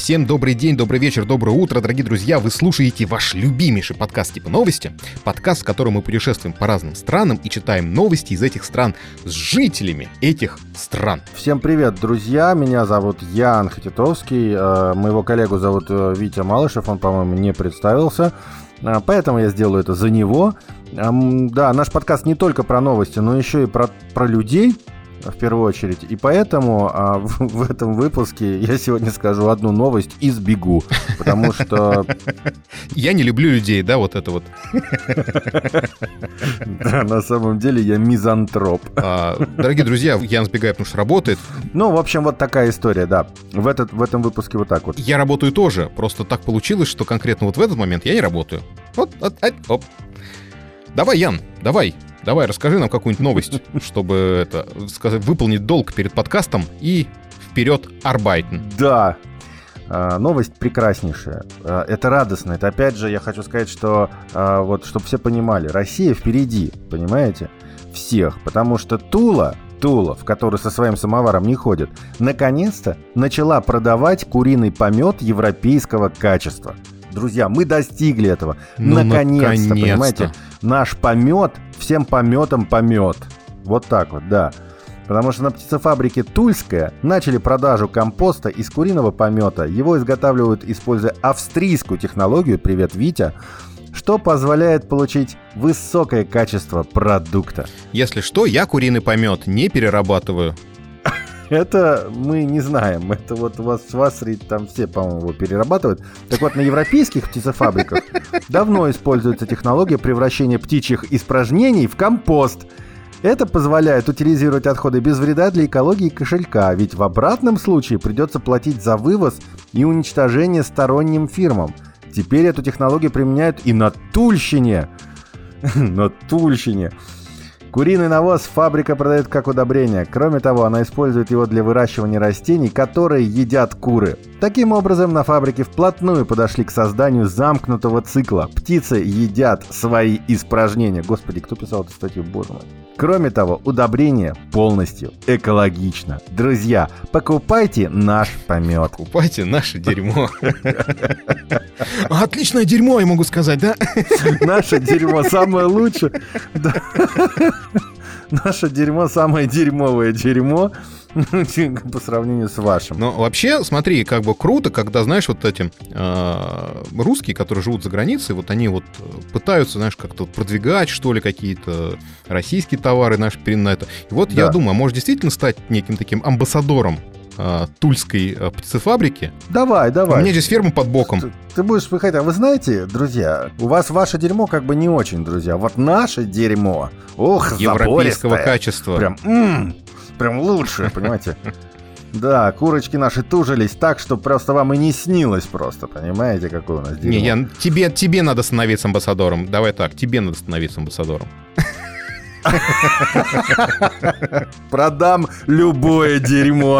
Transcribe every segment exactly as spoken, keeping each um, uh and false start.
Всем добрый день, добрый вечер, доброе утро, дорогие друзья. Вы слушаете ваш любимейший подкаст типа новости. Подкаст, в котором мы путешествуем по разным странам и читаем новости из этих стран с жителями этих стран. Всем привет, друзья. Меня зовут Ян Хатитовский. Моего коллегу зовут Витя Малышев. Он, по-моему, не представился. Поэтому я сделаю это за него. Да, наш подкаст не только про новости, но еще и про, про людей, в первую очередь. И поэтому а, в, в этом выпуске я сегодня скажу одну новость и сбегу. Потому что... Я не люблю людей, да, вот это вот. Да, на самом деле я мизантроп. Дорогие друзья, Ян сбегает, потому что работает. Ну, в общем, вот такая история, да. В, этот, в этом выпуске вот так вот. Я работаю тоже. Просто так получилось, что конкретно вот в этот момент я не работаю. Вот, вот, оп. Давай, Ян, давай. Давай, расскажи нам какую-нибудь новость, чтобы это, сказать, выполнить долг перед подкастом и вперед арбайтен. Да, новость прекраснейшая. Это радостно. Это опять же, я хочу сказать, что вот, чтобы все понимали, Россия впереди, понимаете? Всех. Потому что Тула, Тула, в которой со своим самоваром не ходит, наконец-то начала продавать куриный помет европейского качества. Друзья, мы достигли этого. Ну, наконец-то, наконец-то, понимаете? Наш помет всем пометом помет. Вот так вот, да. Потому что на птицефабрике Тульская начали продажу компоста из куриного помета. Его изготавливают, используя австрийскую технологию, привет, Витя, что позволяет получить высокое качество продукта. Если что, я куриный помет не перерабатываю. Это мы не знаем. Это вот у вас в Австрии там все, по-моему, его перерабатывают. Так вот, на европейских птицефабриках давно используется технология превращения птичьих испражнений в компост. Это позволяет утилизировать отходы без вреда для экологии и кошелька, ведь в обратном случае придется платить за вывоз и уничтожение сторонним фирмам. Теперь эту технологию применяют и на Тульщине. На Тульщине. Куриный навоз фабрика продает как удобрение. Кроме того, она использует его для выращивания растений, которые едят куры. Таким образом, на фабрике вплотную подошли к созданию замкнутого цикла. Птицы едят свои испражнения. Господи, кто писал эту статью? Боже мой. Кроме того, удобрение полностью экологично. Друзья, покупайте наш помет. Покупайте наше дерьмо. Отличное дерьмо, я могу сказать, да? Наше дерьмо самое лучшее. Наше дерьмо самое дерьмовое дерьмо по сравнению с вашим. Но вообще, смотри, как бы круто, когда, знаешь, вот эти э, русские, которые живут за границей, вот они вот пытаются, знаешь, как-то продвигать, что ли, какие-то российские товары наши на это. И вот да. Я думаю, а может действительно стать неким таким амбассадором э, тульской э, птицефабрики? Давай, давай. У меня здесь ферма под боком. Ты, ты будешь выходить. А вы знаете, друзья, у вас ваше дерьмо как бы не очень, друзья. Вот наше дерьмо, ох, европейского качества. Прям, м-м, прям лучше, понимаете? Да, курочки наши тужились так, что просто вам и не снилось просто, понимаете, какое у нас дерьмо. Не, я, тебе, тебе надо становиться амбассадором. Давай так, тебе надо становиться амбассадором. Продам любое дерьмо.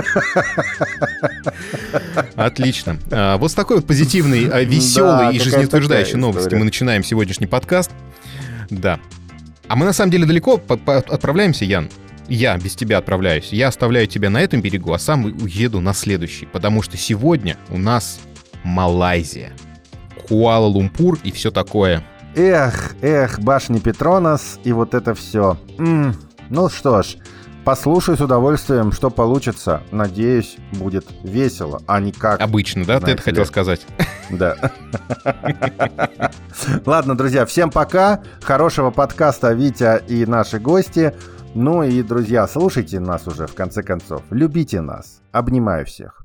Отлично. А, вот с такой вот позитивной, веселой да, и жизнеутверждающей новостью мы начинаем сегодняшний подкаст. Да. А мы на самом деле далеко отправляемся, Ян. Я без тебя отправляюсь. Я оставляю тебя на этом берегу, а сам уеду на следующий. Потому что сегодня у нас Малайзия, Куала-Лумпур и все такое. Эх, эх, башни Петронас и вот это все. М-м, ну что ж, послушай с удовольствием, что получится. Надеюсь, будет весело, а не как... Обычно, да? Ты это хотел сказать? Да. Ладно, друзья, всем пока. Хорошего подкаста, Витя и наши гости. Ну и, друзья, слушайте нас уже, в конце концов. Любите нас. Обнимаю всех.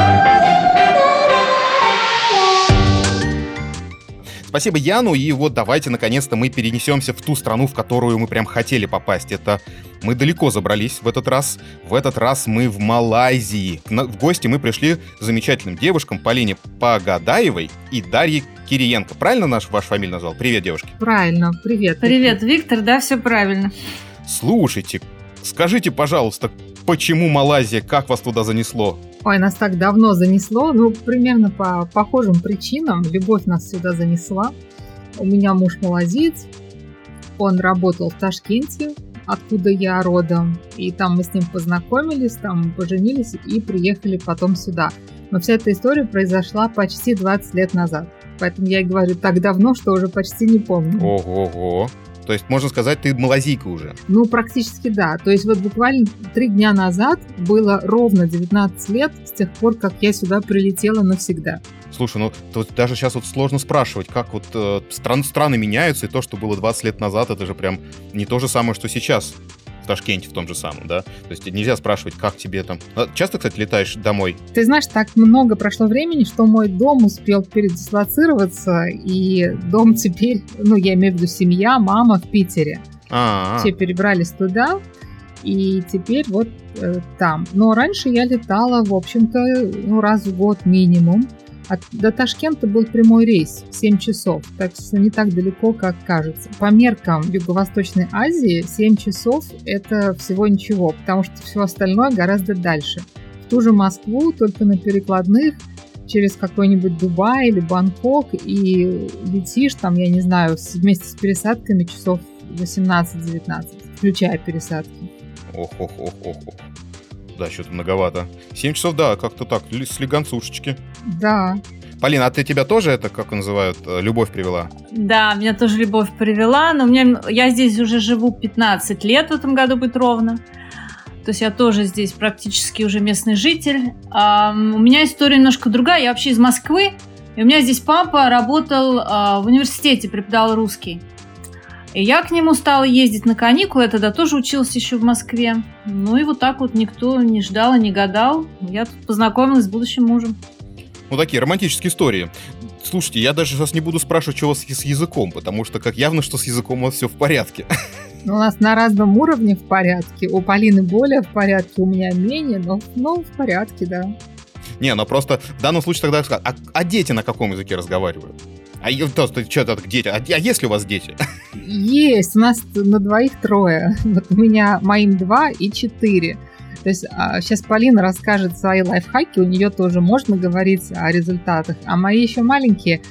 Спасибо Яну, и вот давайте наконец-то мы перенесемся в ту страну, в которую мы прям хотели попасть. Это мы далеко забрались в этот раз. В этот раз мы в Малайзии. В гости мы пришли к замечательным девушкам Полине Погадаевой и Дарье Кириенко. Правильно наш ваш фамилию назвал? Привет, девушки. Правильно, привет. Привет, Виктор, да, все правильно. Слушайте, скажите, пожалуйста, почему Малайзия, как вас туда занесло? Ой, нас так давно занесло, ну, примерно по похожим причинам. Любовь нас сюда занесла. У меня муж малазиец, он работал в Ташкенте, откуда я родом, и там мы с ним познакомились, там поженились и приехали потом сюда. Но вся эта история произошла почти двадцать лет назад. Поэтому я и говорю так давно, что уже почти не помню. Ого-го. То есть, можно сказать, ты малазийка уже? Ну, практически да. То есть вот буквально три дня назад было ровно девятнадцать лет с тех пор, как я сюда прилетела навсегда. Слушай, ну тут даже сейчас вот сложно спрашивать, как вот э, стран, страны меняются, и то, что было двадцать лет назад, это же прям не то же самое, что сейчас в Ташкенте в том же самом, да? То есть нельзя спрашивать, как тебе там... Часто, кстати, летаешь домой? Ты знаешь, так много прошло времени, что мой дом успел передислоцироваться, и дом теперь, ну, я имею в виду семья, мама в Питере. А-а-а. Все перебрались туда, и теперь вот э, там. Но раньше я летала, в общем-то, ну, раз в год минимум. От, до Ташкента был прямой рейс, семь часов, так что не так далеко, как кажется. По меркам Юго-Восточной Азии семь часов – это всего ничего, потому что все остальное гораздо дальше. В ту же Москву, только на перекладных, через какой-нибудь Дубай или Бангкок, и летишь там, я не знаю, вместе с пересадками часов восемнадцать-девятнадцать, включая пересадки. Ох-ох-ох-ох-ох. Да, что-то многовато. семь часов, да, как-то так, слегонцушечки. Да. Полина, а ты тебя тоже, это, как называют, любовь привела? Да, меня тоже любовь привела, но у меня, я здесь уже живу пятнадцать лет, в этом году будет ровно. То есть я тоже здесь практически уже местный житель. А, у меня история немножко другая, я вообще из Москвы, и у меня здесь папа работал а, в университете, преподавал русский. И я к нему стала ездить на каникулы, я тогда тоже училась еще в Москве. Ну и вот так вот никто не ждал и не гадал. Я тут познакомилась с будущим мужем. Ну, такие романтические истории. Слушайте, я даже сейчас не буду спрашивать, что у вас с языком, потому что как явно, что с языком у вас все в порядке. У нас на разном уровне в порядке. У Полины более в порядке, у меня менее, но, но в порядке, да. Не, ну просто в данном случае тогда... А, а дети на каком языке разговаривают? А то, что-то дети. А, а есть ли у вас дети? Есть. У нас на двоих трое. Вот у меня моим два и четыре. То есть а, сейчас Полина расскажет свои лайфхаки. У нее тоже можно говорить о результатах. А мои еще маленькие.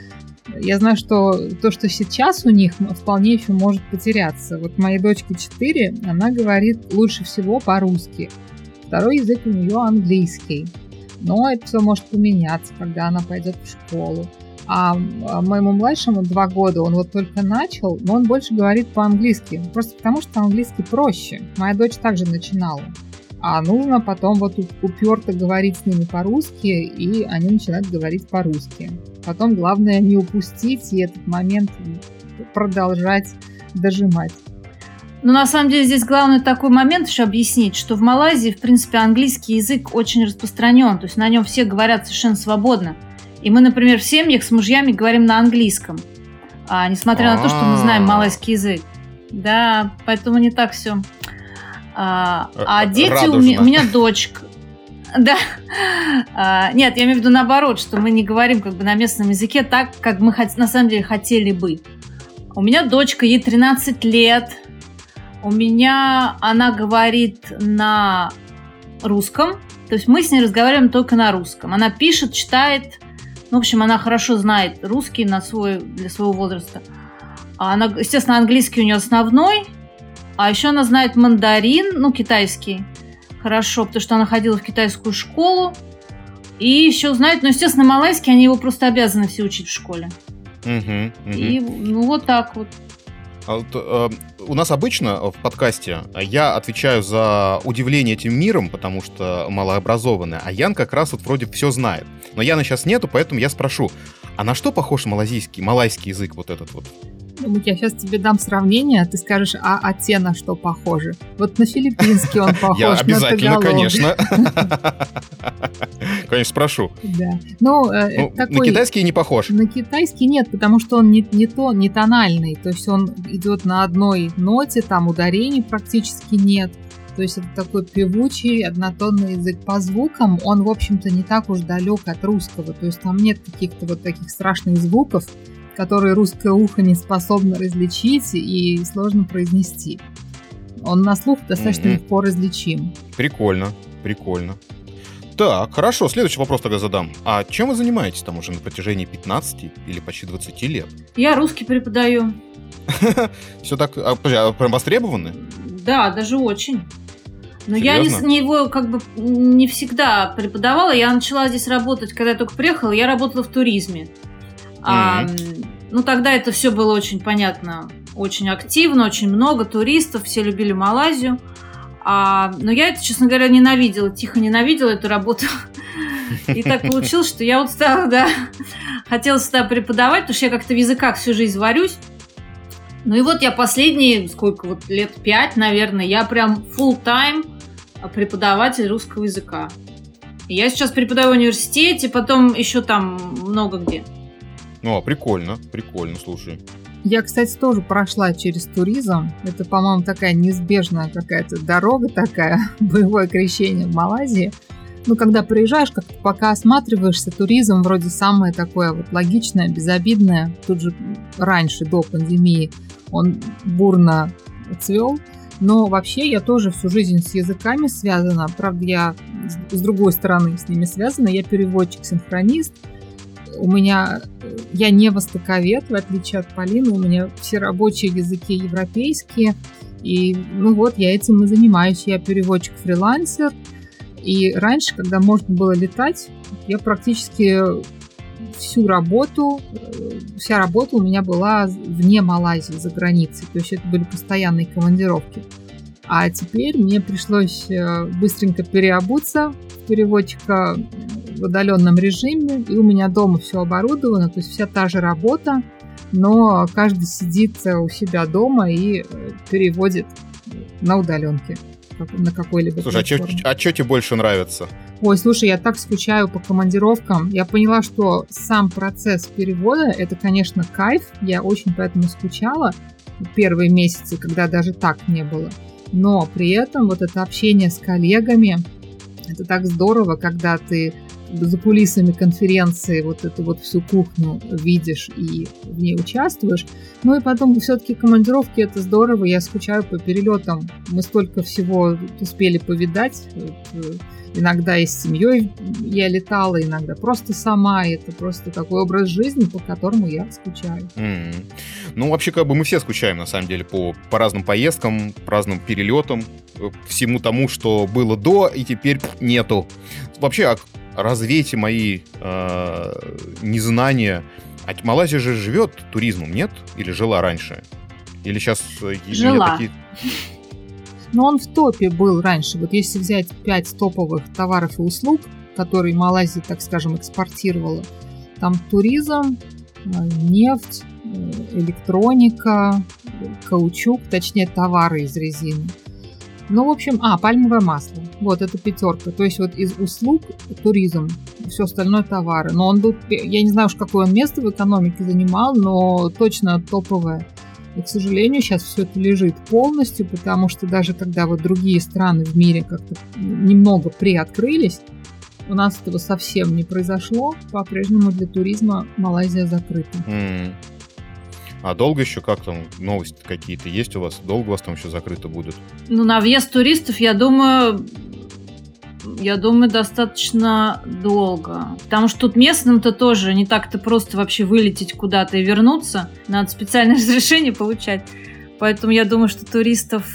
Я знаю, что то, что сейчас у них, вполне еще может потеряться. Вот моей дочке четыре, она говорит лучше всего по-русски. Второй язык у нее английский. Но это все может поменяться, когда она пойдет в школу. А моему младшему два года, он вот только начал, но он больше говорит по-английски. Просто потому, что английский проще. Моя дочь также начинала. А нужно потом вот уперто говорить с ними по-русски, и они начинают говорить по-русски. Потом главное не упустить и этот момент продолжать дожимать. Ну, на самом деле, здесь главный такой момент еще объяснить, что в Малайзии, в принципе, английский язык очень распространен. То есть на нем все говорят совершенно свободно. И мы, например, в семьях с мужьями говорим на английском, а, несмотря на то, что мы знаем малайский язык. Да, поэтому не так все. А, а дети у меня, у меня дочка. Да. А, нет, я имею в виду наоборот, что мы не говорим как бы на местном языке так, как мы на самом деле хотели бы. У меня дочка, ей тринадцать лет. У меня она говорит на русском. То есть мы с ней разговариваем только на русском. Она пишет, читает. В общем, она хорошо знает русский на свой, для своего возраста. Она, естественно, английский у нее основной. А еще она знает мандарин, ну, китайский. Хорошо, потому что она ходила в китайскую школу. И еще знает, ну, естественно, малайский, они его просто обязаны все учить в школе. Угу, угу. И ну, вот так вот. А вот, э, у нас обычно в подкасте я отвечаю за удивление этим миром, потому что малообразованная, а Ян как раз вот вроде все знает. Но Яна сейчас нету, поэтому я спрошу, а на что похож малазийский, малайский язык вот этот вот? Ну, я сейчас тебе дам сравнение, а ты скажешь, а, а те на что похожи? Вот на филиппинский он похож, я на обязательно, тагалог. Конечно. Конечно, спрошу. Да. Ну, э, ну, такой... На китайский не похож? На китайский нет, потому что он не, не, то, не тональный. То есть он идет на одной ноте, там ударений практически нет. То есть это такой певучий, однотонный язык. По звукам он, в общем-то, не так уж далек от русского. То есть там нет каких-то вот таких страшных звуков, которые русское ухо не способно различить и сложно произнести. Он на слух достаточно mm-hmm. легко различим. Прикольно, прикольно. Так, хорошо, следующий вопрос тогда задам. А чем вы занимаетесь там уже на протяжении пятнадцати или почти двадцати лет? Я русский преподаю. Все так, а, прям востребованы? Да, даже очень. Но я не, не его как бы не всегда преподавала. Я начала здесь работать, когда я только приехала. Я работала в туризме. Mm-hmm. А, ну, тогда это все было очень понятно, очень активно, очень много туристов, все любили Малайзию. А, но я это, честно говоря, ненавидела, тихо ненавидела эту работу. И так получилось, что я вот стала, да, хотела сюда преподавать, потому что я как-то в языках всю жизнь варюсь. Ну и вот я последние, сколько, вот лет пять, наверное, я прям full-time преподаватель русского языка. И я сейчас преподаю в университете, потом еще там много где. Ну, прикольно, прикольно, слушай. Я, кстати, тоже прошла через туризм. Это, по-моему, такая неизбежная какая-то дорога такая, боевое крещение в Малайзии. Ну, когда приезжаешь, как-то пока осматриваешься, туризм вроде самое такое вот логичное, безобидное. Тут же раньше, до пандемии, он бурно цвел. Но вообще я тоже всю жизнь с языками связана. Правда, я с другой стороны с ними связана. Я переводчик-синхронист. У меня, я не востоковед, в отличие от Полины. У меня все рабочие языки европейские. И ну вот, я этим и занимаюсь. Я переводчик-фрилансер. И раньше, когда можно было летать, я практически всю работу, вся работа у меня была вне Малайзии, за границей. То есть это были постоянные командировки. А теперь мне пришлось быстренько переобуться в переводчика в удаленном режиме. И у меня дома все оборудовано, то есть вся та же работа, но каждый сидит у себя дома и переводит на удаленке. На какой-либо Слушай, платформе. а что тебе больше нравится? Ой, слушай, я так скучаю по командировкам. Я поняла, что сам процесс перевода — это, конечно, кайф. Я очень поэтому скучала первые месяцы, когда даже так не было. Но при этом вот это общение с коллегами, это так здорово, когда ты за кулисами конференции вот эту вот всю кухню видишь и в ней участвуешь. Ну и потом все-таки командировки — это здорово. Я скучаю по перелетам. Мы столько всего успели повидать. Иногда и с семьей я летала, иногда просто сама. Это просто такой образ жизни, по которому я скучаю. Mm-hmm. Ну, вообще, как бы мы все скучаем, на самом деле, по, по разным поездкам, по разным перелетам, всему тому, что было до и теперь нету. Вообще, развейте мои э, незнания. А Малайзия же живет туризмом, нет? Или жила раньше? Или сейчас... Жила. Такие... Но он в топе был раньше. Вот если взять пять топовых товаров и услуг, которые Малайзия, так скажем, экспортировала, там туризм, нефть, электроника, каучук, точнее товары из резины. Ну, в общем, а, пальмовое масло. Вот, это пятерка. То есть вот из услуг туризм, все остальное товары. Но он был, я не знаю уж, какое он место в экономике занимал, но точно топовое. И, к сожалению, сейчас все это лежит полностью, потому что даже когда вот другие страны в мире как-то немного приоткрылись, у нас этого совсем не произошло. По-прежнему для туризма Малайзия закрыта. Mm. А долго еще, как там, новости какие-то есть у вас? Долго у вас там еще закрыто будет? Ну, на въезд туристов, я думаю, я думаю, достаточно долго. Потому что тут местным-то тоже не так-то просто вообще вылететь куда-то и вернуться. Надо специальное разрешение получать. Поэтому я думаю, что туристов,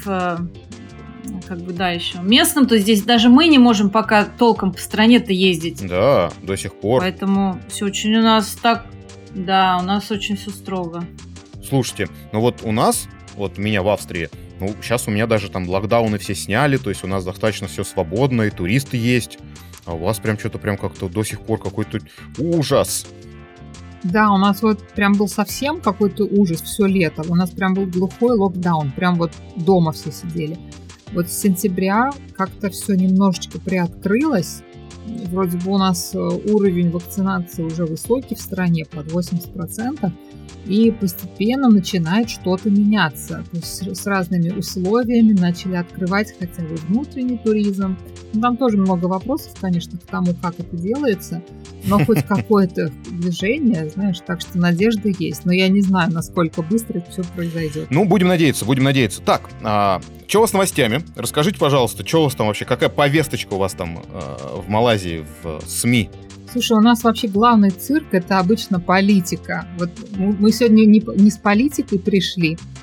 как бы, да, еще местным-то здесь даже мы не можем пока толком по стране-то ездить. Да, до сих пор. Поэтому все очень у нас так, да, у нас очень все строго. Слушайте, ну вот у нас, вот у меня в Австрии, ну, сейчас у меня даже там локдауны все сняли, то есть у нас достаточно все свободно, и туристы есть, а у вас прям что-то прям как-то до сих пор какой-то ужас. Да, у нас вот прям был совсем какой-то ужас все лето. У нас прям был глухой локдаун, прям вот дома все сидели. Вот с сентября как-то все немножечко приоткрылось. Вроде бы у нас уровень вакцинации уже высокий в стране, под восемьдесят процентов. И постепенно начинает что-то меняться. То есть с разными условиями начали открывать хотя бы внутренний туризм. Ну, там тоже много вопросов, конечно, к тому, как это делается. Но хоть какое-то движение, знаешь, так что надежда есть. Но я не знаю, насколько быстро это все произойдет. Ну, будем надеяться, будем надеяться. Так, а, что у вас с новостями? Расскажите, пожалуйста, что у вас там вообще, какая повесточка у вас там а, в Малайзии, в СМИ? Слушай, у нас вообще главный цирк — это обычно политика. Вот мы сегодня не, не с политикой пришли.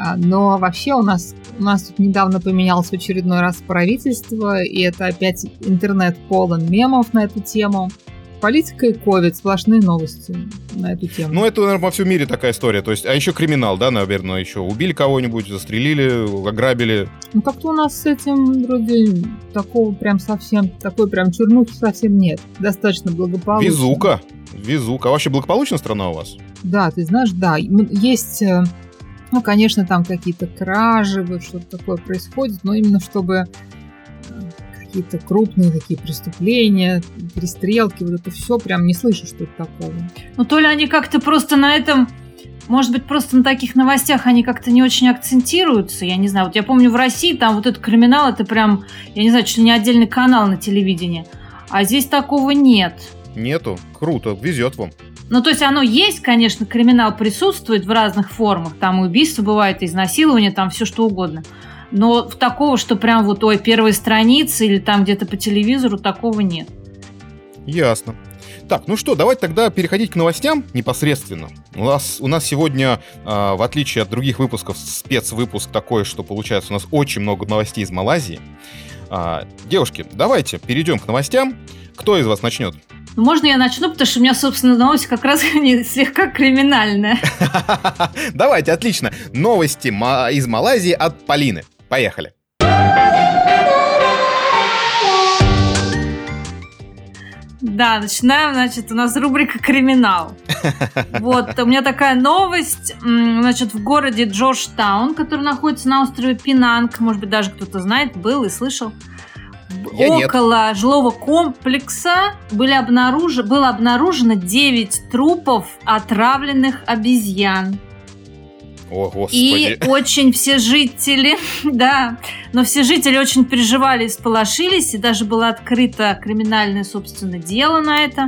Но вообще у нас, у нас тут недавно поменялось в очередной раз правительство, и это опять интернет полон мемов на эту тему. Политика и ковид, сплошные новости на эту тему. Ну, это, наверное, во всем мире такая история. То есть, а еще криминал, да, наверное, еще убили кого-нибудь, застрелили, ограбили. Ну, как-то у нас с этим вроде такого прям совсем, такой прям чернухи совсем нет. Достаточно благополучно. Везука. Везука. А вообще благополучная страна у вас? Да, ты знаешь, да. Есть, ну, конечно, там какие-то кражи, вот что-то такое происходит, но именно чтобы какие-то крупные такие преступления, перестрелки, вот это все, прям не слышу, что это такого. Ну, то ли они как-то просто на этом, может быть, просто на таких новостях они как-то не очень акцентируются, я не знаю. Вот я помню, в России там вот этот криминал, это прям, я не знаю, что ли не отдельный канал на телевидении, а здесь такого нет. Нету? Круто, везет вам. Ну, то есть оно есть, конечно, криминал присутствует в разных формах, там и убийства бывает, и изнасилование, там все что угодно. Но такого, что прям вот, ой, первые страницы или там где-то по телевизору, такого нет. Ясно. Так, ну что, давайте тогда переходить к новостям непосредственно. У нас, у нас сегодня, э, в отличие от других выпусков, спецвыпуск такой, что получается у нас очень много новостей из Малайзии. Э, девушки, давайте перейдем к новостям. Кто из вас начнет? Ну, можно я начну, потому что у меня, собственно, новость как раз слегка криминальная. Давайте, отлично. Новости из Малайзии от Полины. Поехали. Да, начинаем, значит, у нас рубрика «Криминал». Вот, у меня такая новость, значит, в городе Джорджтаун, который находится на острове Пинанг, может быть, даже кто-то знает, был и слышал, Я около нет. жилого комплекса были обнаруж... было обнаружено девять трупов отравленных обезьян. О, Господи. И очень все жители, да, но все жители очень переживали и всполошились, и даже было открыто криминальное, собственно, дело на это.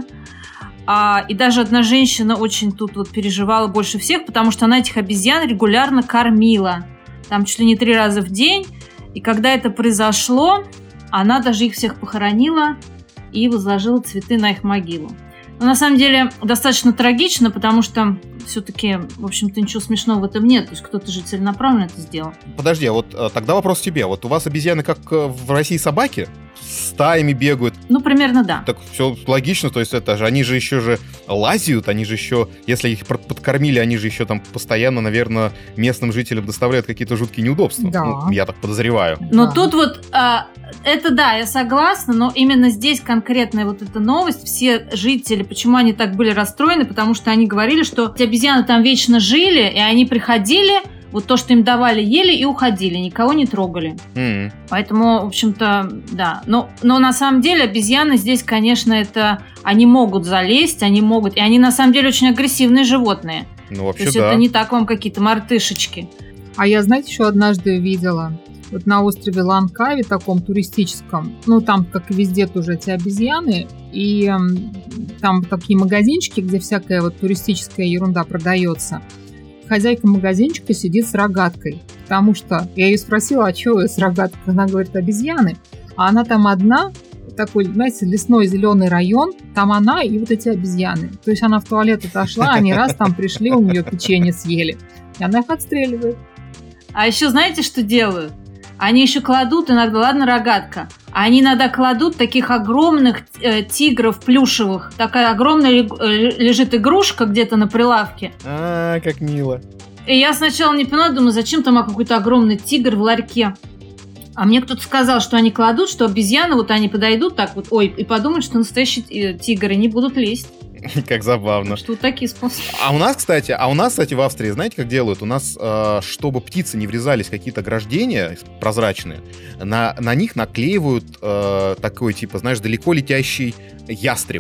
А, и даже одна женщина очень тут вот переживала больше всех, потому что она этих обезьян регулярно кормила. Там чуть ли не три раза в день. И когда это произошло, она даже их всех похоронила и возложила цветы на их могилу. Но на самом деле достаточно трагично, потому что все-таки, в общем-то, ничего смешного в этом нет. То есть кто-то же целенаправленно это сделал. Подожди, а вот а, тогда вопрос тебе. Вот у вас обезьяны как в России собаки? Стаями бегают? Ну, примерно да. Так все логично, то есть это же, они же еще же лазят, они же еще, если их подкормили, они же еще там постоянно, наверное, местным жителям доставляют какие-то жуткие неудобства. Да. Ну, я так подозреваю. Но Да. тут вот, а, это да, я согласна, но именно здесь конкретная вот эта новость, все жители, почему они так были расстроены, потому что они говорили, что эти обезьяны там вечно жили, и они приходили, вот то, что им давали, ели и уходили, никого не трогали. Mm-hmm. Поэтому, в общем-то, да. Но, но на самом деле обезьяны здесь, конечно, это... Они могут залезть, они могут... И они на самом деле очень агрессивные животные. Ну, вообще, то есть да. это не так вам какие-то мартышечки. А я, знаете, еще однажды видела, вот на острове Ланкави, таком туристическом, ну, там, как и везде, тоже эти обезьяны, и м, там такие магазинчики, где всякая вот туристическая ерунда продается. Хозяйка магазинчика сидит с рогаткой, потому что я ее спросила, а что с рогаткой? Она говорит, обезьяны. А она там одна, такой, знаете, лесной зеленый район, там она и вот эти обезьяны. То есть она в туалет отошла, они раз там пришли, у нее печенье съели, и она их отстреливает. А еще знаете, что делают? Они еще кладут иногда, ладно, рогатка, а они иногда кладут таких огромных э, тигров плюшевых. Такая огромная лежит игрушка где-то на прилавке. А, как мило. И я сначала не поняла, думаю, зачем там какой-то огромный тигр в ларьке. А мне кто-то сказал, что они кладут, что обезьяны, вот они подойдут так вот, ой, и подумают, что настоящие тигры не будут лезть. Как забавно. Что вот такие способы. А у нас, кстати, а у нас, кстати, в Австрии, знаете, как делают? У нас, э, чтобы птицы не врезались в какие-то ограждения прозрачные, на, на них наклеивают э, такой, типа, знаешь, далеко летящий ястреб.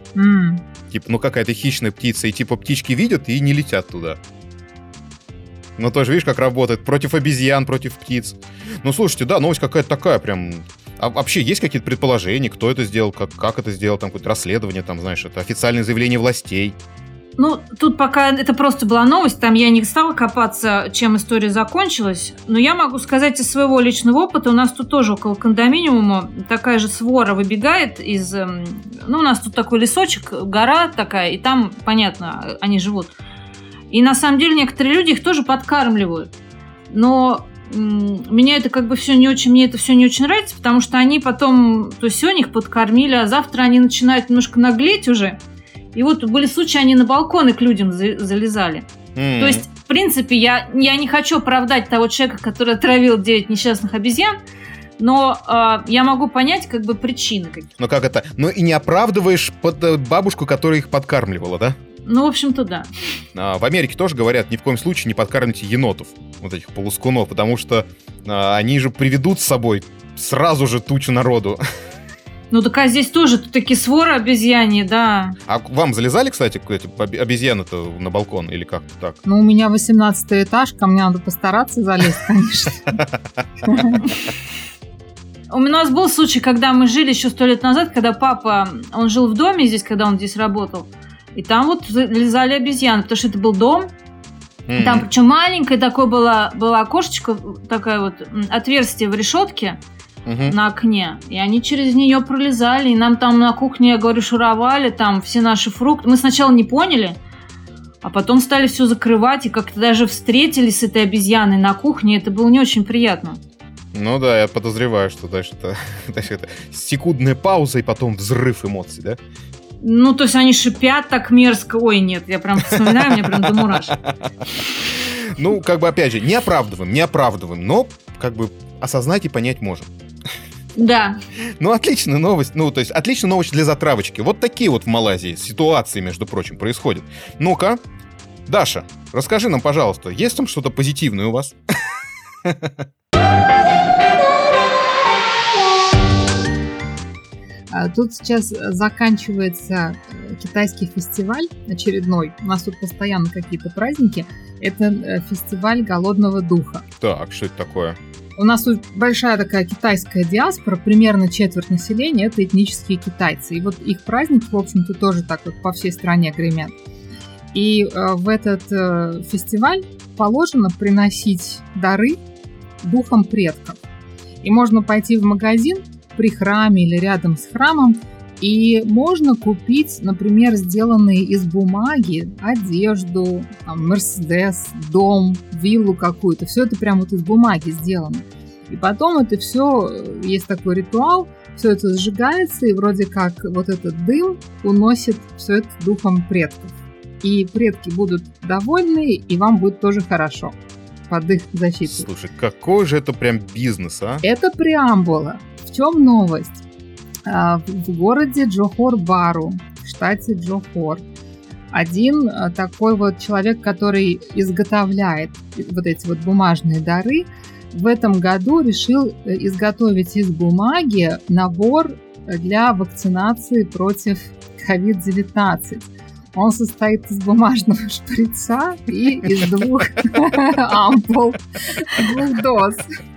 М. Типа, ну, какая-то хищная птица, и типа птички видят и не летят туда. Ну, тоже, видишь, как работает. Против обезьян, против птиц. Ну, слушайте, да, новость какая-то такая прям... А вообще есть какие-то предположения, кто это сделал, как, как это сделал, там какое-то расследование, там, знаешь, это официальное заявление властей? Ну, тут пока это просто была новость, там я не стала копаться, чем история закончилась, но я могу сказать из своего личного опыта, у нас тут тоже около кондоминиума такая же свора выбегает из... Ну, у нас тут такой лесочек, гора такая, и там, понятно, они живут. И на самом деле некоторые люди их тоже подкармливают. Но м- меня это как бы все не очень, мне это все не очень нравится, потому что они потом, то есть сегодня их подкормили, а завтра они начинают немножко наглеть уже. И вот были случаи, они на балконы к людям за- залезали. Mm. То есть, в принципе, я, я не хочу оправдать того человека, который отравил девять несчастных обезьян, но э, я могу понять, как бы, причины какие-то. Ну как это? Ну и не оправдываешь под бабушку, которая их подкармливала, да? Ну, в общем-то, да. А, в Америке тоже говорят, ни в коем случае не подкармливайте енотов, вот этих полускунов, потому что а, они же приведут с собой сразу же тучу народу. Ну так а здесь тоже такие своры обезьяне, да. А вам залезали, кстати, эти обезьяны-то на балкон или как-то так? Ну, у меня восемнадцатый этаж, ко мне надо постараться залезть, конечно. У нас был случай, когда мы жили еще сто лет назад, когда папа, он жил в доме здесь, когда он здесь работал, и там вот залезали обезьяны, потому что это был дом. Mm-hmm. Там причем маленькое такое было, было окошечко, такое вот отверстие в решетке. Uh-huh. На окне, и они через нее пролезали, и нам там на кухне, я говорю, шуровали, там все наши фрукты. Мы сначала не поняли, а потом стали все закрывать, и как-то даже встретились с этой обезьяной на кухне, это было не очень приятно. Ну да, я подозреваю, что дальше это, дальше это секундная пауза и потом взрыв эмоций, да? Ну, то есть они шипят так мерзко. Ой, нет, я прям вспоминаю, мне прям до мурашек. Ну, как бы, опять же, не оправдываем, не оправдываем, но как бы осознать и понять можем. Да. Ну, отличная новость. Ну, то есть, отличная новость для затравочки. Вот такие вот в Малайзии ситуации, между прочим, происходят. Ну-ка, Даша, расскажи нам, пожалуйста, есть там что-то позитивное у вас? Тут сейчас заканчивается китайский фестиваль очередной. У нас тут постоянно какие-то праздники. Это фестиваль голодного духа. Так, что это такое? У нас тут большая такая китайская диаспора, примерно четверть населения – это этнические китайцы. И вот их праздники, в общем-то, тоже так вот по всей стране гремят. И э, в этот э, фестиваль положено приносить дары духам предков. И можно пойти в магазин при храме или рядом с храмом, и можно купить, например, сделанные из бумаги одежду, там, Мерседес, дом, виллу какую-то. Все это прямо вот из бумаги сделано. И потом это все, есть такой ритуал, все это сжигается, и вроде как вот этот дым уносит все это духом предков. И предки будут довольны, и вам будет тоже хорошо под их защитой. Слушай, какой же это прям бизнес, а? Это преамбула. В чем новость? В городе Джохор-Бару, в штате Джохор, один такой вот человек, который изготовляет вот эти вот бумажные дары, в этом году решил изготовить из бумаги набор для вакцинации против ковид девятнадцать. Он состоит из бумажного шприца и из двух ампул, двух доз.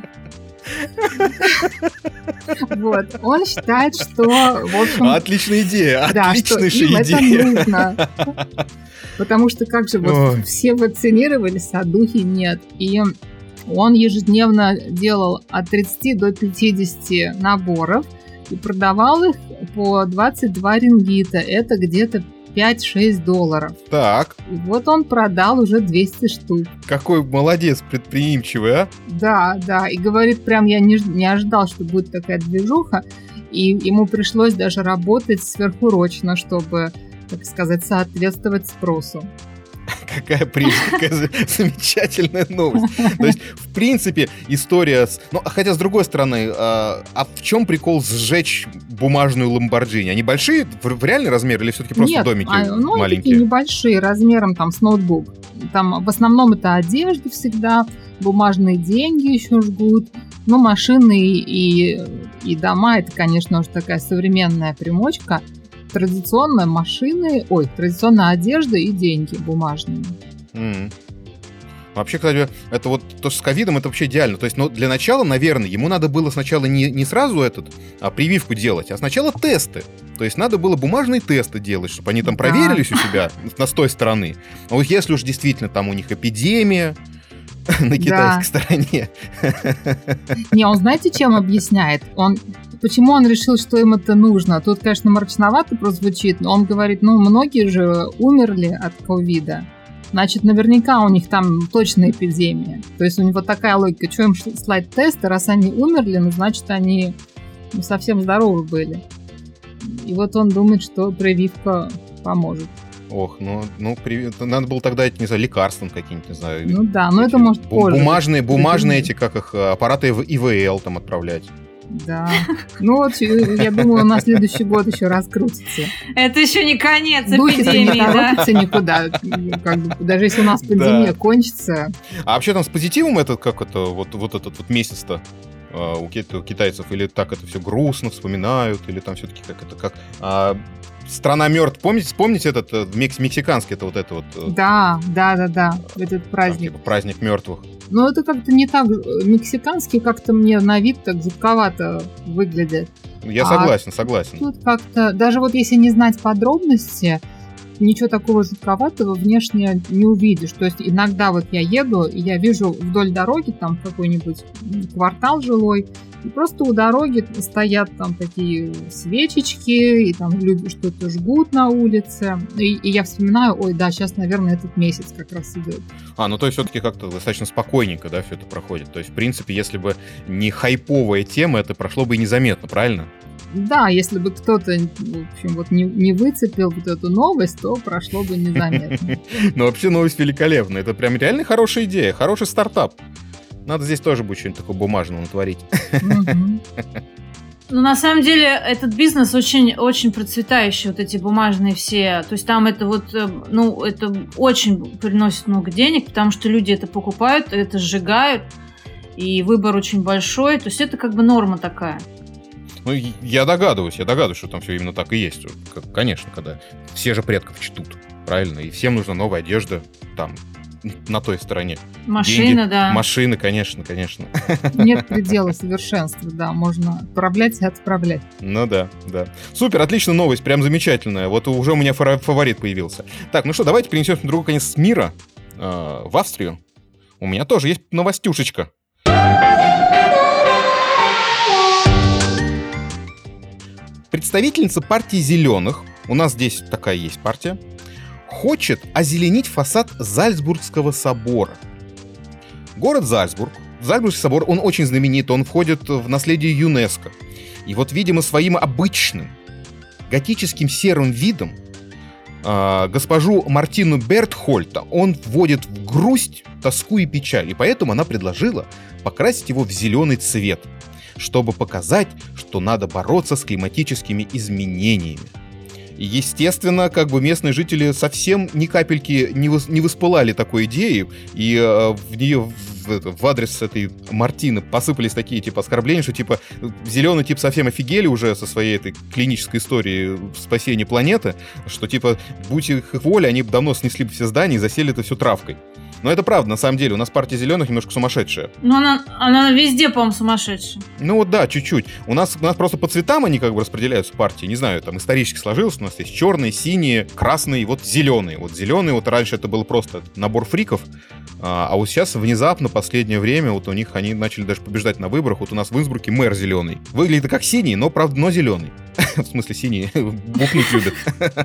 Вот. Он считает, что, в общем... Отличная идея, да, отличная что им идея. Это нужно. Потому что как же вот Ой. все вакцинировались, а духи нет. И он ежедневно делал от тридцати до пятидесяти наборов и продавал их по двадцать два рингита. Это где-то пять-шесть долларов. Так. И вот он продал уже двести штук. Какой молодец, предприимчивый, а? Да, да. И говорит, прям я не, не ожидал, что будет такая движуха. И ему пришлось даже работать сверхурочно, чтобы, так сказать, соответствовать спросу. Какая прелесть, какая замечательная новость. То есть, в принципе, история... С... Ну, хотя, с другой стороны, а, а в чем прикол сжечь бумажную ламборджини? Они большие в, в реальный размер или все-таки просто Нет, домики а, ну, маленькие? Нет, небольшие, размером там с ноутбук. Там в основном это одежда всегда, бумажные деньги еще жгут. Ну, машины и, и дома, это, конечно, уже такая современная примочка. Традиционные машины, ой, традиционная одежда и деньги бумажные. Mm. Вообще, кстати, это вот то, что с ковидом, это вообще идеально. То есть, ну, для начала, наверное, ему надо было сначала не, не сразу этот, а, прививку делать, а сначала тесты. То есть, надо было бумажные тесты делать, чтобы они там Да. проверились у себя с той стороны. А вот если уж действительно там у них эпидемия на китайской стороне. Не, он знаете, чем объясняет? Он Почему он решил, что им это нужно? Тут, конечно, мрачновато прозвучит, но он говорит, ну, многие же умерли от ковида. значит, наверняка у них там точно эпидемия. То есть у него такая логика, что им слать тесты, раз они умерли, ну, значит, они ну, совсем здоровы были. И вот он думает, что прививка поможет. Ох, ну, ну при... надо было тогда, не знаю, лекарством какие-нибудь, не знаю. Ну да, но это может позже. Бумажные, бумажные эти, как их, аппараты в И В Л там отправлять. Да. Ну вот, я думаю, на следующий год еще раскрутится. Это еще не конец Духи-то эпидемии, не торопятся никуда. Как бы, даже если у нас пандемия да. кончится. А вообще там с позитивом этот, как это, вот, вот этот вот месяц-то у китайцев? Или так это все грустно вспоминают? Или там все-таки как это, как... А, страна мертв, помните, помните этот мекс, мексиканский, это вот это вот... Да, да, да, да, этот праздник. Там, типа, праздник мертвых. Ну, это как-то не так... Мексиканский как-то мне на вид так жутковато выглядит. Я согласен, а согласен. Тут как-то... Даже вот если не знать подробности, ничего такого жутковатого внешне не увидишь. То есть иногда вот я еду, и я вижу вдоль дороги там какой-нибудь квартал жилой, и просто у дороги стоят там такие свечечки, и там люди что-то жгут на улице. И, и я вспоминаю, ой, да, сейчас, наверное, этот месяц как раз идет. А, ну то есть все-таки как-то достаточно спокойненько, да, все это проходит. То есть, в принципе, если бы не хайповая тема, это прошло бы и незаметно, правильно? Да, если бы кто-то, в общем, вот не, не выцепил вот эту новость, то прошло бы незаметно. Ну, вообще новость великолепная. Это прям реально хорошая идея, хороший стартап. Надо здесь тоже будет что-нибудь такое бумажное натворить. Ну, на самом деле, этот бизнес очень, очень процветающий, вот эти бумажные все. То есть там это вот, ну, это очень приносит много денег, потому что люди это покупают, это сжигают, и выбор очень большой. То есть это как бы норма такая. Ну, я догадываюсь, я догадываюсь, что там все именно так и есть. Конечно, когда все же предков чтут, правильно? И всем нужна новая одежда там, на той стороне. Машины, деньги, да. Машины, конечно, конечно. Нет предела совершенства, да, можно отправлять и отправлять. Ну да, да. Супер, отличная новость, прям замечательная. Вот уже у меня фаворит появился. Так, ну что, давайте перенесемся на другой конец мира, э, в Австрию. У меня тоже есть новостюшечка. Представительница партии «Зеленых», у нас здесь такая есть партия, хочет озеленить фасад Зальцбургского собора. Город Зальцбург, Зальцбургский собор, он очень знаменит, он входит в наследие ЮНЕСКО. И вот, видимо, своим обычным готическим серым видом э, госпожу Мартину Бертхольта он вводит в грусть, тоску и печаль. И поэтому она предложила покрасить его в зеленый цвет, чтобы показать, что надо бороться с климатическими изменениями. И, естественно, как бы местные жители совсем ни капельки не, вос, не воспылали такой идеей, и э, в нее, в, в адрес этой Мартины посыпались такие, типа, оскорбления, что, типа, зеленый тип совсем офигели уже со своей этой клинической историей спасения планеты, что, типа, будь их воля, они бы давно снесли бы все здания и засели это все травкой. Но это правда, на самом деле. У нас партия зеленых немножко сумасшедшая. Ну, она, она везде, по-моему, сумасшедшая. Ну вот да, чуть-чуть. У нас, у нас просто по цветам они как бы распределяются партии. Не знаю, там исторически сложилось. У нас есть черные, синие, красные, вот зеленые. Вот зеленые, вот раньше это был просто набор фриков. А, а вот сейчас внезапно, последнее время, вот у них они начали даже побеждать на выборах. Вот у нас в Инсбруке мэр зеленый. Выглядит как синий, но, правда, но зеленый. В смысле, синий. Бухнуть любит.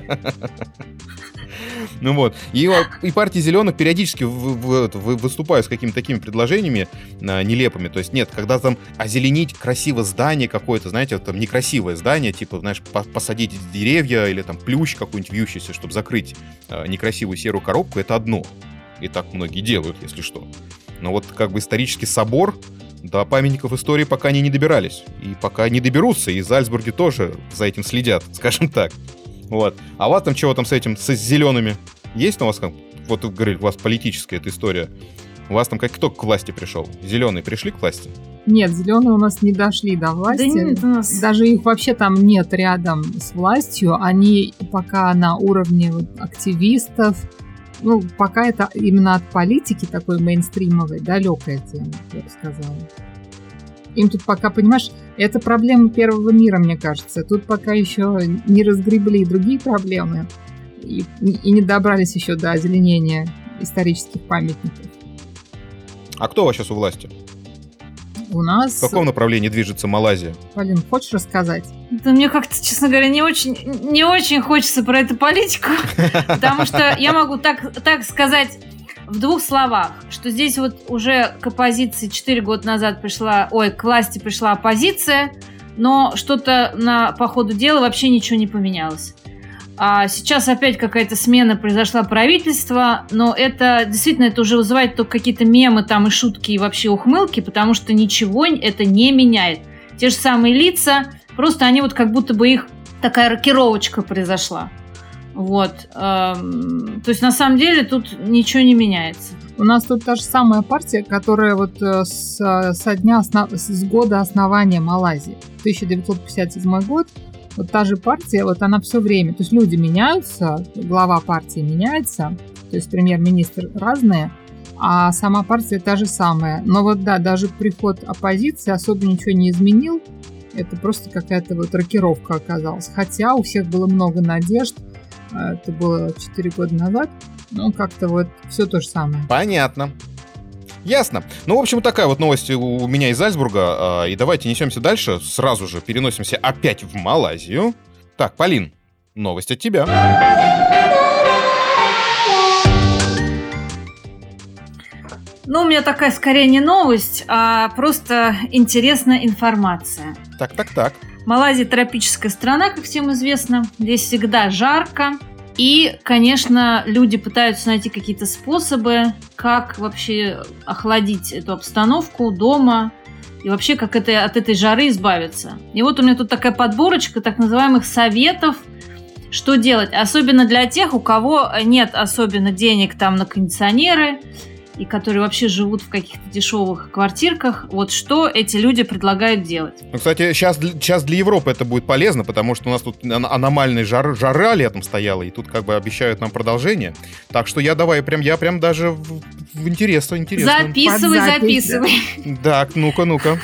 Ну вот. И, и партия зеленых периодически в, в, в, выступают с какими-то такими предложениями а, нелепыми. То есть нет, когда там озеленить красиво здание какое-то, знаете, вот там некрасивое здание, типа, знаешь, по- посадить деревья или там плющ какой-нибудь вьющийся, чтобы закрыть а, некрасивую серую коробку, это одно. И так многие делают, если что. Но вот как бы исторический собор до памятников истории пока они не добирались. И пока не доберутся, и в Зальцбурге тоже за этим следят, скажем так. Вот. А у вас там чего там с этим, с зелеными? Есть у вас, как, вот говорили, у вас политическая эта история. У вас там как кто к власти пришел? Зеленые пришли к власти? Нет, зеленые у нас не дошли до власти. Да нет, у нас... Даже их вообще там нет рядом с властью. Они пока на уровне вот активистов. Ну, пока это именно от политики такой мейнстримовой, далекая тема, я бы сказала. Им тут пока, понимаешь, это проблема первого мира, мне кажется. Тут пока еще не разгребли другие проблемы и, и не добрались еще до озеленения исторических памятников. А кто у вас сейчас у власти? У нас... В каком направлении движется Малайзия? Полин, хочешь рассказать? Да мне как-то, честно говоря, не очень, не очень хочется про эту политику, потому что я могу так, так сказать в двух словах, что здесь вот уже к оппозиции четыре года назад пришла, ой, к власти пришла оппозиция, но что-то на, по ходу дела вообще ничего не поменялось. А сейчас опять какая-то смена произошла правительства, но это действительно это уже вызывает только какие-то мемы там и шутки и вообще ухмылки, потому что ничего это не меняет. Те же самые лица, просто они вот как будто бы их такая рокировочка произошла. Вот. То есть на самом деле тут ничего не меняется. У нас тут та же самая партия, которая вот с, со дня основ... с года основания Малайзии, тысяча девятьсот пятьдесят седьмой год, вот та же партия, вот она все время, то есть люди меняются, глава партии меняется, то есть премьер-министр разные, а сама партия та же самая. Но вот да, даже приход оппозиции особо ничего не изменил, это просто какая-то вот рокировка оказалась. Хотя у всех было много надежд, это было четыре года назад, ну как-то вот все то же самое. Понятно. Ясно. Ну, в общем, такая вот новость у меня из Зальцбурга. И давайте несемся дальше. Сразу же переносимся опять в Малайзию. Так, Полин, новость от тебя. Ну, у меня такая скорее не новость, а просто интересная информация. Так, так, так. Малайзия тропическая страна, как всем известно. Здесь всегда жарко. И, конечно, люди пытаются найти какие-то способы, как вообще охладить эту обстановку дома и вообще как это, от этой жары избавиться. И вот у меня тут такая подборочка так называемых советов, что делать. Особенно для тех, у кого нет особенно денег там на кондиционеры и которые вообще живут в каких-то дешевых квартирках. Вот что эти люди предлагают делать. Ну, кстати, сейчас, сейчас для Европы это будет полезно, потому что у нас тут аномальная жар, жара летом стояла, и тут как бы обещают нам продолжение. Так что я давай, прям, я прям даже в, в интересно, интересно. Записывай, записывай. Так, ну-ка, ну-ка.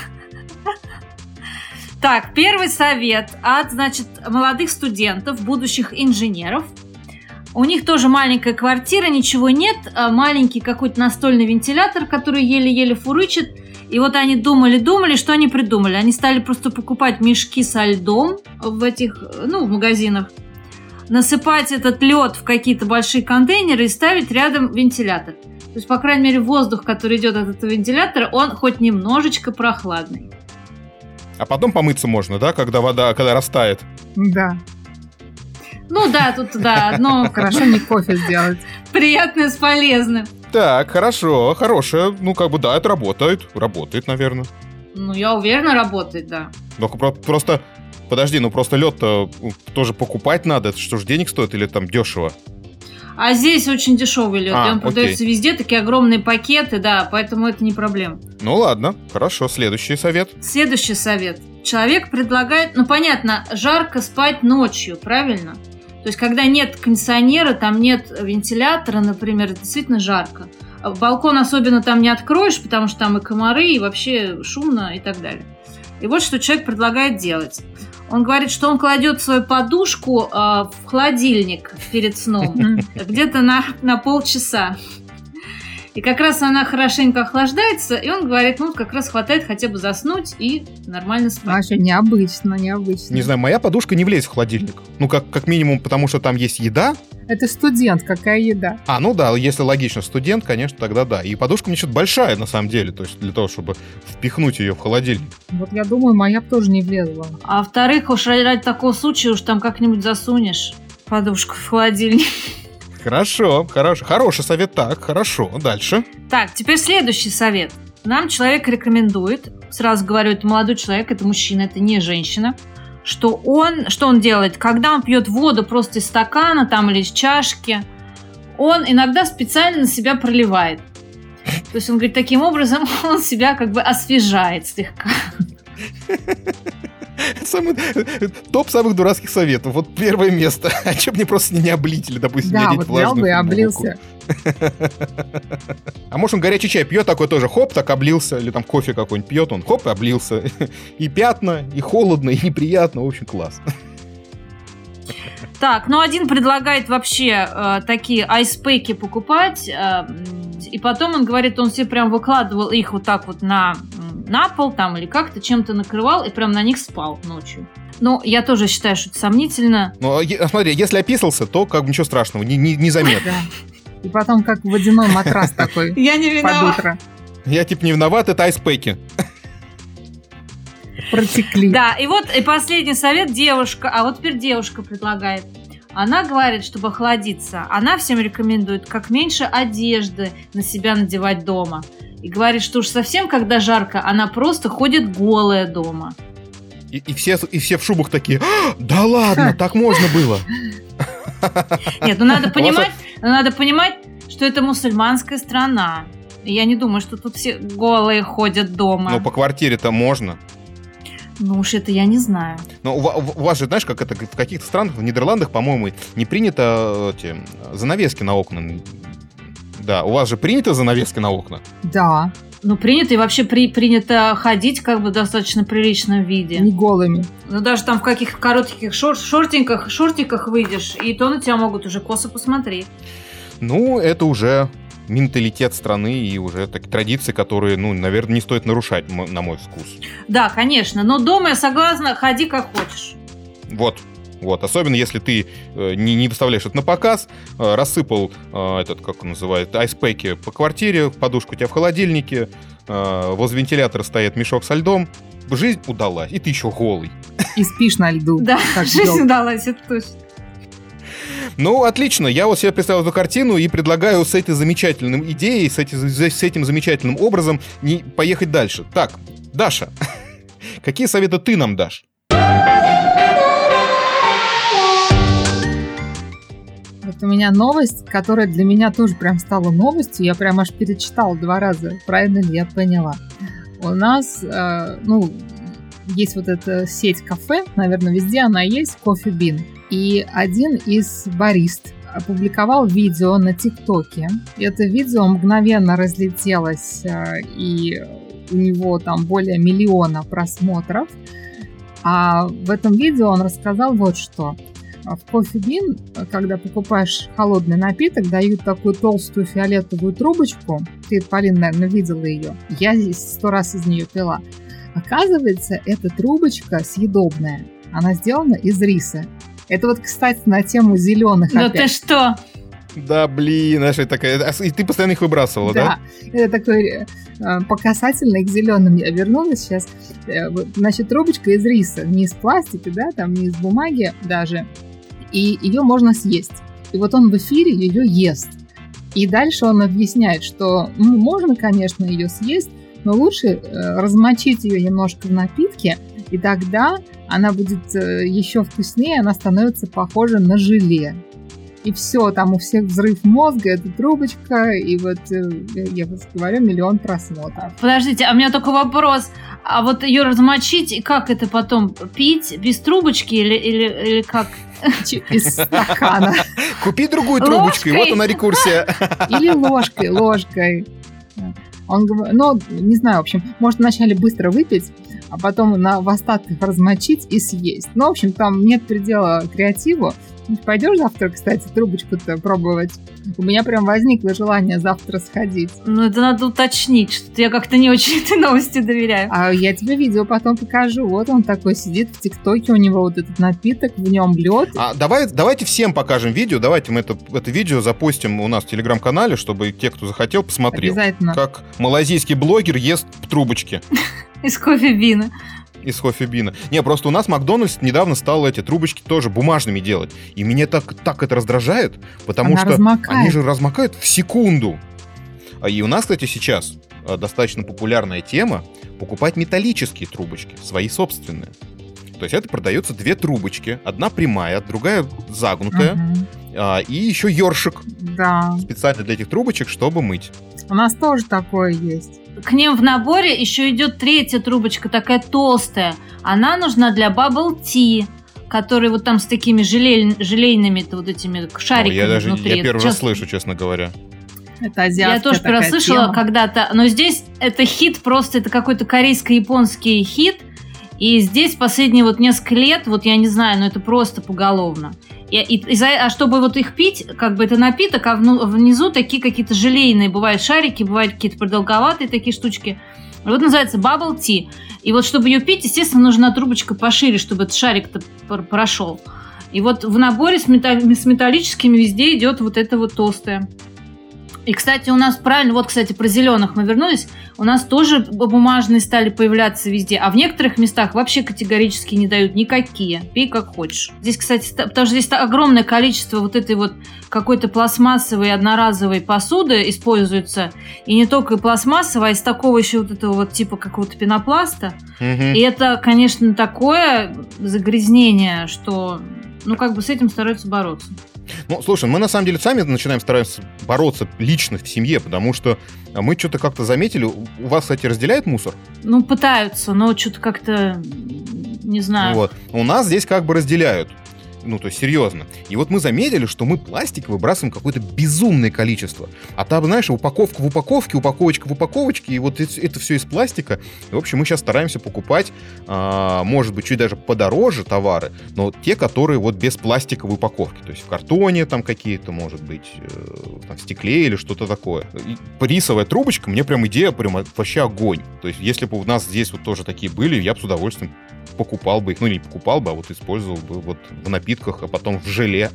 Так, первый совет от, значит, молодых студентов, будущих инженеров. У них тоже маленькая квартира, ничего нет, маленький какой-то настольный вентилятор, который еле-еле фурычит. И вот они думали-думали, что они придумали. Они стали просто покупать мешки со льдом в этих, ну, в магазинах, насыпать этот лед в какие-то большие контейнеры и ставить рядом вентилятор. То есть, по крайней мере, воздух, который идет от этого вентилятора, он хоть немножечко прохладный. А потом помыться можно, да, когда вода, когда растает? Да. Ну да, тут, да, одно... Хорошо не кофе сделать. Приятное с полезным. Так, хорошо, хорошее. Ну, как бы, да, это работает. Работает, наверное. Ну, я уверена, работает, да. Только про- просто... Подожди, ну просто лед-то тоже покупать надо. Это что ж, денег стоит или там дешево? А здесь очень дешевый лед. А, и он продается везде, такие огромные пакеты, да, поэтому это не проблема. Ну ладно, хорошо. Следующий совет. Следующий совет. Человек предлагает... Ну, понятно, жарко спать ночью, правильно? То есть, когда нет кондиционера, там нет вентилятора, например, это действительно жарко. Балкон особенно там не откроешь, потому что там и комары, и вообще шумно и так далее. И вот что человек предлагает делать. Он говорит, что он кладет свою подушку э, в холодильник перед сном, где-то на, на полчаса. И как раз она хорошенько охлаждается, и он говорит, ну, как раз хватает хотя бы заснуть и нормально спать. Вообще необычно, необычно. Не знаю, моя подушка не влезет в холодильник. Ну, как, как минимум, потому что там есть еда. Это студент, какая еда? А, ну да, если логично, студент, конечно, тогда да. И подушка мне что-то большая, на самом деле, то есть для того, чтобы впихнуть ее в холодильник. Вот я думаю, моя бы тоже не влезла. А во-вторых, уж ради такого случая уж там как-нибудь засунешь подушку в холодильник. Хорошо, хорошо. Хороший совет. Так, хорошо. Дальше. Так, теперь следующий совет. Нам человек рекомендует, сразу говорю, это молодой человек, это мужчина, это не женщина, что он, что он делает, когда он пьет воду просто из стакана там или из чашки, он иногда специально на себя проливает. То есть он говорит, таким образом он себя как бы освежает слегка. Самый, топ самых дурацких советов. Вот первое место. А че мне просто не облить или, допустим, да, надеть вот влажную взял бы и футболку? облился. А может он горячий чай пьет, такой тоже хоп, так облился. Или там кофе какой-нибудь пьет, он хоп, и облился. И пятна, и холодно, и неприятно. В общем, класс. Так, ну один предлагает вообще э, такие айспеки покупать. Э, и потом он говорит, он себе прям выкладывал их вот так вот на... на пол там или как-то чем-то накрывал и прям на них спал ночью. Ну, я тоже считаю, что это сомнительно. Ну, смотри, если описался, то как бы ничего страшного, не, не, не заметно. И потом как водяной матрас такой. Я не виноват. Под утро. Я типа не виноват, это айспеки. Протекли. Да, и вот и последний совет девушка. А вот теперь девушка предлагает. Она говорит, чтобы охладиться, она всем рекомендует как меньше одежды на себя надевать дома. И говорит, что уж совсем, когда жарко, она просто ходит голая дома. И, и, все, и все в шубах такие: да ладно, так можно было. Нет, ну надо понимать, надо понимать, что это мусульманская страна. И я не думаю, что тут все голые ходят дома. Ну, по квартире-то можно. Ну уж это я не знаю. Но у, у вас же, знаешь, как это в каких-то странах, в Нидерландах, по-моему, не принято эти занавески на окна. Да, у вас же принято занавески на окна? Да. Ну, принято, и вообще при, принято ходить как бы в достаточно приличном виде. Не голыми. Ну, даже там в каких-то коротких шор- шортиках, шортиках выйдешь, и то на тебя могут уже косо посмотреть. Ну, это уже менталитет страны и уже такие традиции, которые, ну, наверное, не стоит нарушать, на мой вкус. Да, конечно, но дома я согласна, ходи как хочешь. Вот. Вот, особенно если ты э, не, не выставляешь это на показ, э, рассыпал э, этот, как он называет, айспеки по квартире, подушку у тебя в холодильнике, э, возле вентилятора стоит мешок со льдом, жизнь удалась, и ты еще голый. И спишь на льду. Да, жизнь удалась, это точно. Ну, отлично, я вот себе представил эту картину и предлагаю с этой замечательной идеей, с этим, с этим замечательным образом не поехать дальше. Так, Даша, какие советы ты нам дашь? Вот у меня новость, которая для меня тоже прям стала новостью. Я прям аж перечитала два раза. Правильно ли я поняла? У нас, э, ну, есть вот эта сеть кафе, наверное, везде она есть, Coffee Bean. И один из барист опубликовал видео на ТикТоке. Это видео мгновенно разлетелось, э, и у него там более миллиона просмотров. А в этом видео он рассказал вот что. В Coffee Bean, когда покупаешь холодный напиток, дают такую толстую фиолетовую трубочку. Ты, Полина, наверное, видела ее. Я здесь сто раз из нее пила. Оказывается, эта трубочка съедобная. Она сделана из риса. Это вот, кстати, на тему зеленых да опять. Ты что? Да, блин, Наша такая... И ты постоянно их выбрасывала, да? Да, это такой э, по касательной к зеленым. Я вернулась сейчас. Э, значит, трубочка из риса. Не из пластика, да, там не из бумаги даже. И ее можно съесть. И вот он в эфире ее ест. И дальше он объясняет, что ну, можно, конечно, ее съесть, но лучше э, размочить ее немножко в напитке, и тогда она будет э, еще вкуснее, она становится похожа на желе. И все, там у всех взрыв мозга, эта трубочка, и вот, э, я вот говорю, миллион просмотров. Подождите, а у меня такой вопрос. А вот ее размочить, и как это потом? Пить без трубочки или, или, или как? Из стакана. Купи другую трубочку, и вот она рекурсия. Или ложкой, ложкой. Он говорит, ну, не знаю, в общем, может вначале быстро выпить, а потом на, в остатках размочить и съесть. Ну, в общем, там нет предела креативу. Пойдешь завтра, кстати, трубочку-то пробовать? У меня прям возникло желание завтра сходить. Ну, это надо уточнить, что я как-то не очень этой новости доверяю. А я тебе видео потом покажу. Вот он такой сидит в ТикТоке, у него вот этот напиток, в нем лед. А давай, давайте всем покажем видео, давайте мы это, это видео запустим у нас в Телеграм-канале, чтобы те, кто захотел, посмотрел. Обязательно. Как малазийский блогер ест трубочки. Из кофе-бина. Из кофе-бина. Не, просто у нас Макдональдс недавно стал эти трубочки тоже бумажными делать. И меня так, так это раздражает, потому Она что размокает. Они же размокают в секунду. И у нас, кстати, сейчас достаточно популярная тема покупать металлические трубочки, свои собственные. То есть это продается две трубочки. Одна прямая, другая загнутая. Uh-huh. И еще ёршик. Да. Специально для этих трубочек, чтобы мыть. У нас тоже такое есть. К ним в наборе еще идет третья трубочка, такая толстая. Она нужна для bubble tea, которые вот там с такими желей, желейными-то вот этими шариками. О, я даже внутри. я первый Сейчас... раз слышу, честно говоря. Это азиатская Я тоже такая прослышала тема. когда-то, но здесь это хит просто, это какой-то корейско-японский хит, и здесь последние вот несколько лет, вот я не знаю, но это просто поголовно. И, и, и, а чтобы вот их пить, как бы это напиток, а внизу такие какие-то желейные, бывают шарики, бывают какие-то продолговатые такие штучки, Вот называется Bubble Tea. И вот чтобы ее пить, естественно, нужна трубочка пошире, чтобы этот шарик-то прошел. И вот в наборе с, металл... с металлическими везде идет вот это вот толстое. И, кстати, у нас, правильно, вот, кстати, про зеленых мы вернулись, у нас тоже бумажные стали появляться везде, а в некоторых местах вообще категорически не дают никакие. Пей как хочешь. Здесь, кстати, потому что здесь огромное количество вот этой вот какой-то пластмассовой одноразовой посуды используется, и не только пластмассовая, а из такого еще вот этого вот типа какого-то пенопласта. Mm-hmm. И это, конечно, такое загрязнение, что, ну, как бы с этим стараются бороться. Ну, слушай, мы на самом деле сами начинаем стараться бороться лично в семье, потому что мы что-то как-то заметили. У вас, кстати, разделяют мусор? Ну, пытаются, но что-то как-то, не знаю. Вот. У нас здесь как бы разделяют. Ну, то есть, серьезно. И вот мы заметили, что мы пластик выбрасываем какое-то безумное количество. А там, знаешь, упаковка в упаковке, упаковочка в упаковочке, и вот это, это все из пластика. И, в общем, мы сейчас стараемся покупать, а, может быть, чуть даже подороже товары, но те, которые вот без пластиковой упаковки. То есть в картоне там какие-то, может быть, э, там, в стекле или что-то такое. И рисовая трубочка, мне прям идея, прям вообще огонь. То есть если бы у нас здесь вот тоже такие были, я бы с удовольствием покупал бы их, ну не покупал бы, а вот использовал бы вот в напитках, а потом в желе.